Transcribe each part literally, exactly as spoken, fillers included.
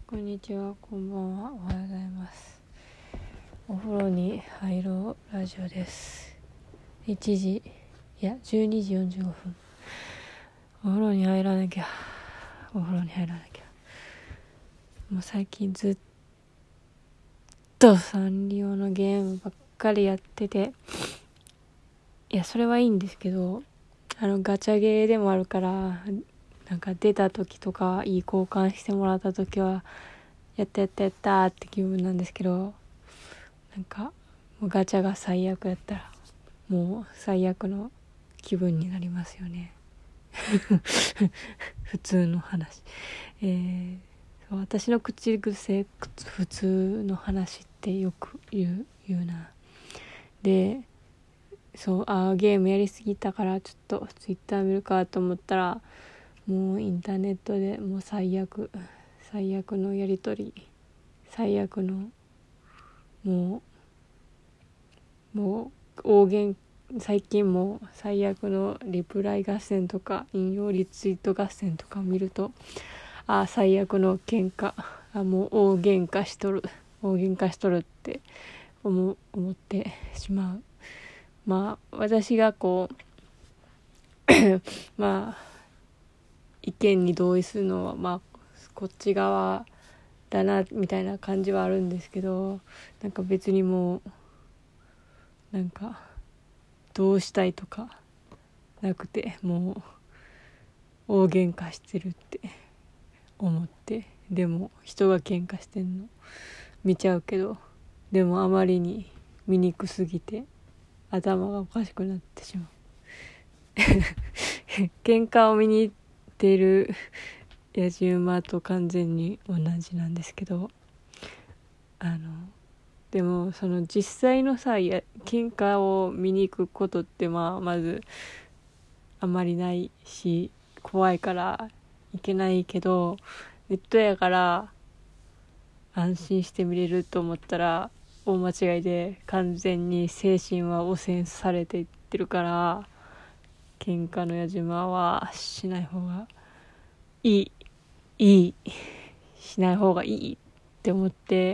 こんにちは、こんばんは、おはようございます。お風呂に入ろうラジオです。いちじ、いやじゅうにじよんじゅうごふん。お風呂に入らなきゃお風呂に入らなきゃもう最近ずっとサンリオのゲームばっかりやってて、いやそれはいいんですけど、あのガチャゲーでもあるから、なんか出た時とかいい交換してもらった時はやったやったやったーって気分なんですけど、なんかもうガチャが最悪やったらもう最悪の気分になりますよね普通の話、えー、そう私の口癖普通の話ってよく言う言うな。でそうあゲームやりすぎたからちょっとツイッター見るかと思ったら、もうインターネットでもう最悪最悪のやり取り、最悪のもうもう大言最近も最悪のリプライ合戦とか引用リツイート合戦とかを見ると、あ最悪の喧嘩、あもう大喧嘩しとる大喧嘩しとるって思思ってしまう。まあ私がこうまあ意見に同意するのはまあこっち側だなみたいな感じはあるんですけど、なんか別にもうなんかどうしたいとかなくて、もう大喧嘩してるって思って、でも人が喧嘩してんの見ちゃうけど、でもあまりに醜すぎて頭がおかしくなってしまう喧嘩を見に行っている野じ馬と完全に同じなんですけど、あのでもその実際のさや喧嘩を見に行くことってまあまずあまりないし怖いからいけないけど、ネットやから安心して見れると思ったら大間違いで、完全に精神は汚染されていってるから、喧嘩の矢島はしない方がいいいいしない方がいいって思って、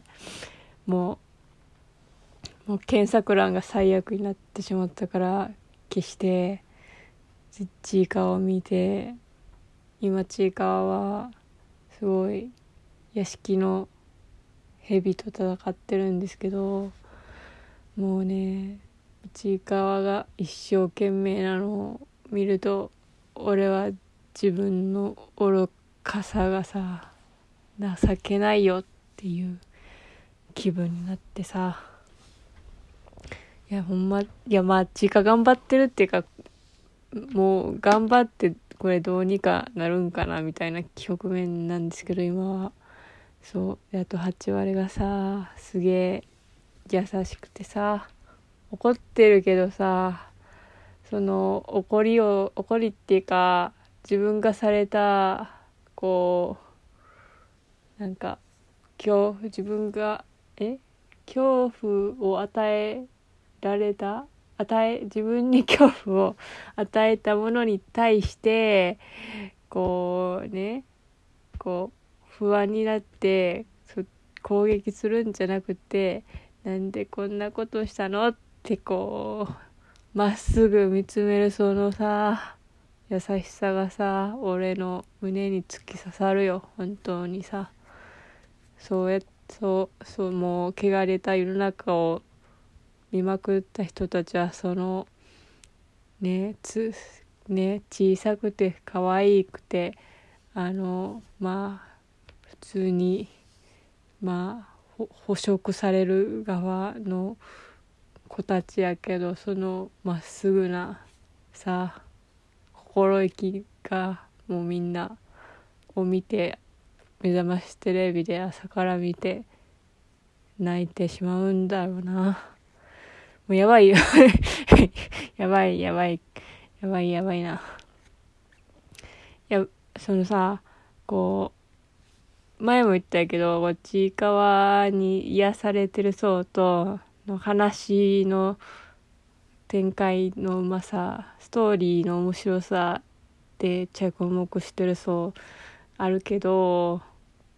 もうもう検索欄が最悪になってしまったから消して、ちいかわを見て、今ちいかわはすごい屋敷の蛇と戦ってるんですけど、もうねちいかわが一生懸命なのを見ると、俺は自分の愚かさがさ情けないよっていう気分になってさ、いやほんまいやまあちいか頑張ってるっていうか、もう頑張ってこれどうにかなるんかなみたいな局面なんですけど、今はそうで、あとはち割がさすげえ優しくてさ、怒ってるけどさ、その怒りを怒りっていうか自分がされたこうなんか恐怖自分がえ恐怖を与えられた与え自分に恐怖を与えたものに対してこうねこう不安になって攻撃するんじゃなくて、なんでこんなことしたのってこうまっすぐ見つめるそのさ優しさがさ俺の胸に突き刺さるよ本当にさ。そうやそうそうもう汚れた世の中を見まくった人たちはそのねつね小さくて可愛くてあのまあ普通にまあ捕食される側の子たちやけど、そのまっすぐなさ心意気がもうみんなを見て、目覚ましテレビで朝から見て泣いてしまうんだろうな。もうやばいよやばいやばいやばいやばいな。いやそのさこう前も言ったけど、ちいかわに癒されてる層との話の展開のうまさ、ストーリーの面白さで着目してる層あるけど、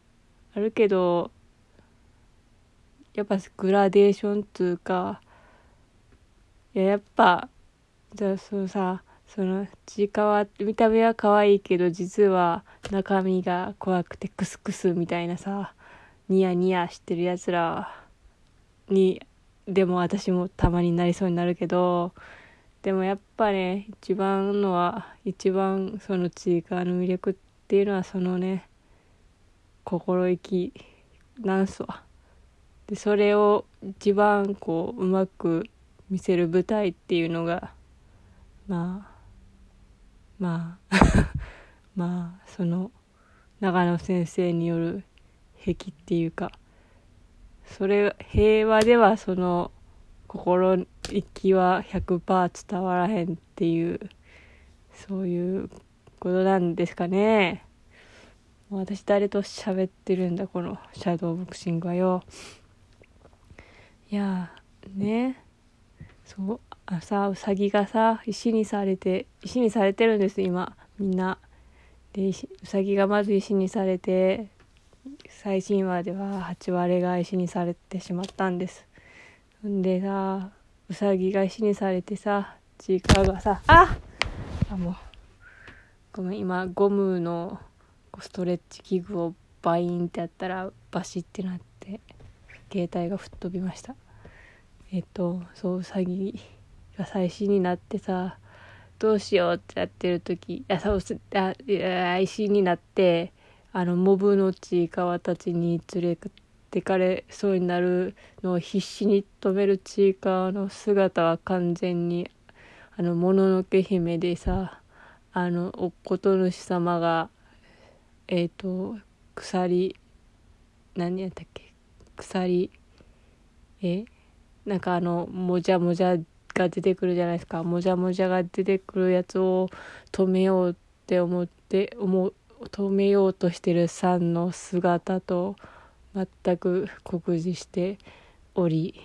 あるけど、やっぱグラデーションっていうか、いややっぱじゃあそのさそのちいかわ見た目は可愛いけど実は中身が怖くてクスクスみたいなさ、ニヤニヤしてるやつらにでも私もたまになりそうになるけど、でもやっぱね一番のは一番そのちいかわの魅力っていうのはそのね心意気なんすわ。でそれを一番こううまく見せる舞台っていうのがまあまあまあその長野先生による癖っていうか、それ平和ではその心意気は ひゃくパーセント 伝わらへんっていう、そういうことなんですかね。私誰と喋ってるんだこのシャドーボクシングはよ。いやーね、そうあさうさぎがさ石にされて石にされてるんです今みんなで。うさぎがまず石にされて、最新話でははち割が石にされてしまったんです。んでさうさぎが石にされてさ、ちいかわがさああもうごめん今ゴムのストレッチ器具をバインってやったらバシってなって携帯が吹っ飛びました。えっとそううさぎが最新になってさ、どうしようってやってる時、あそうあいや石になってあのモブのちいかわたちに連れてかれそうになるのを必死に止めるちいかわの姿は完全にあのもののけ姫でさ、あのおこと主様がえっ、ー、と鎖何やったっけ鎖えなんかあのもじゃもじゃが出てくるじゃないですか。もじゃもじゃが出てくるやつを止めようって思って思う止めようとしてるさんの姿と全く酷似しており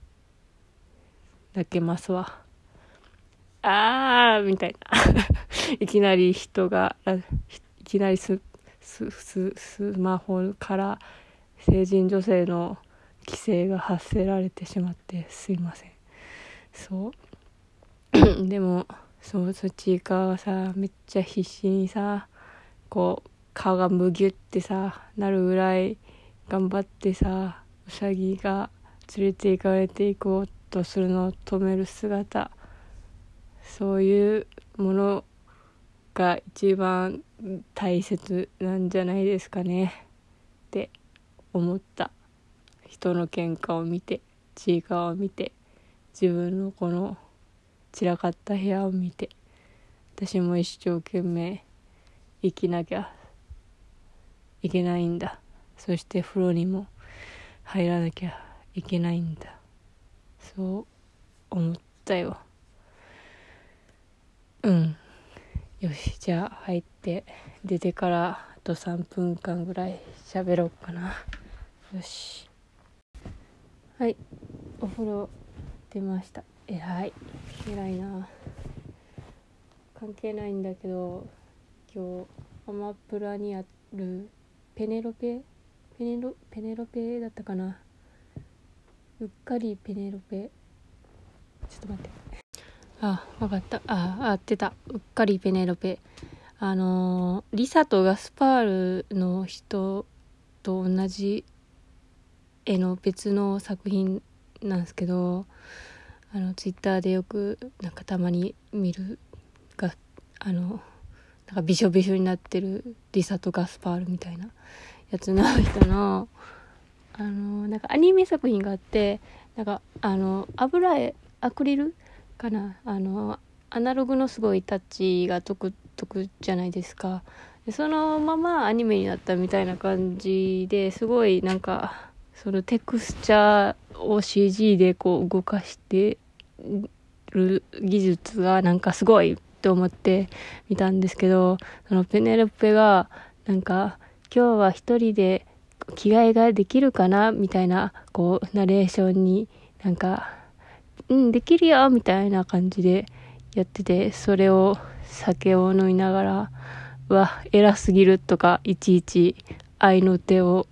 泣けますわ。あーみたいないきなり人がいきなりススススマホから成人女性の規制が発せられてしまってすいません。そうでもそうそっち側はさめっちゃ必死にさこう顔がむぎゅってさなるぐらい頑張ってさうさぎが連れて行かれていこうとするのを止める姿、そういうものが一番大切なんじゃないですかねって思った。人の喧嘩を見てちいかわを見て自分のこの散らかった部屋を見て、私も一生懸命生きなきゃいけないんだ、そして風呂にも入らなきゃいけないんだ、そう思ったよ。うんよしじゃあ入って出てからあとさんぷんかんぐらい喋ろうかな。よしはいお風呂出ました。えらい偉いな。関係ないんだけど今日アマプラにあるペネロペペネロペネロペだったかな、うっかりペネロペちょっと待ってあわかったあ合ってた、うっかりペネロペ、あのー、リサとガスパールの人と同じ絵の別の作品なんですけど、あのツイッターでよくなんかたまに見るがあのなんかびしょびしょになってるリサとガスパールみたいなやつの人のあのなんかアニメ作品があって、なんかあの油絵アクリルかな、あのアナログのすごいタッチが独特じゃないですか。でそのままアニメになったみたいな感じですごいなんかそのテクスチャーを シージー でこう動かしてる技術がなんかすごいと思って見たんですけど、そのペネロペがなんか今日は一人で着替えができるかなみたいなこうナレーションになんかうんできるよみたいな感じでやってて、それを酒を飲みながらうわ偉すぎるとかいちいち愛の手を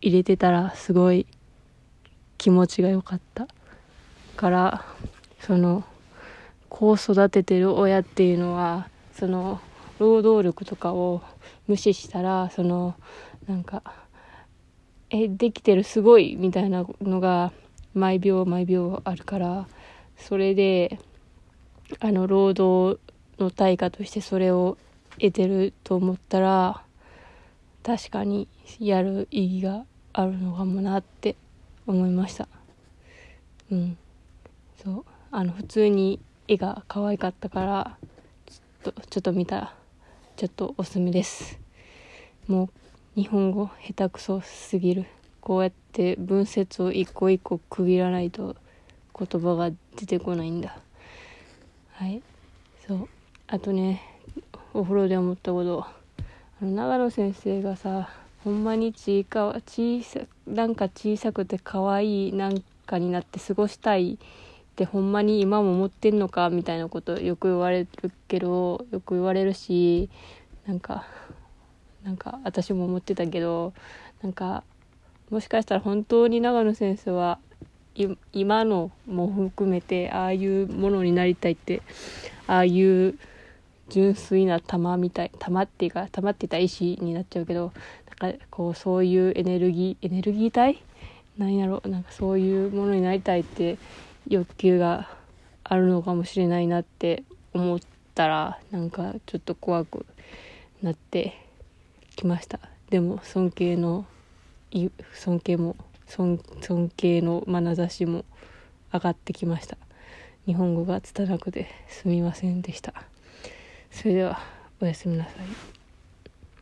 入れてたらすごい気持ちが良かったから、その子を育ててる親っていうのはその労働力とかを無視したら、そのなんかえできてるすごいみたいなのが毎秒毎秒あるから、それであの労働の対価としてそれを得てると思ったら、確かにやる意義があるのかもなって思いました。うんそうあの普通に絵が可愛かったから、ちょっとちょっと見たらちょっとおすすめです。もう日本語下手くそすぎる。こうやって文節を一個一個区切らないと言葉が出てこないんだ。はい。そうあとね、お風呂で思ったこと、あの長野先生がさ、ほんまにちいかわ小さなんか小さくて可愛いなんかになって過ごしたいってほんまに今も思ってんのかみたいなことよく言われるけど、よく言われるし、なんかなんか私も思ってたけど、なんかもしかしたら本当に長野先生はい今のも含めてああいうものになりたいって、ああいう純粋な玉みたい玉っていうか玉って言ったら石になっちゃうけど、なんかこうそういうエネルギーエネルギー体なんやろ、なんかそういうものになりたいって欲求があるのかもしれないなって思ったら、なんかちょっと怖くなってきました。でも尊敬の尊敬も尊尊敬の眼差しも上がってきました。日本語が拙くてすみませんでした。それではおやすみなさい。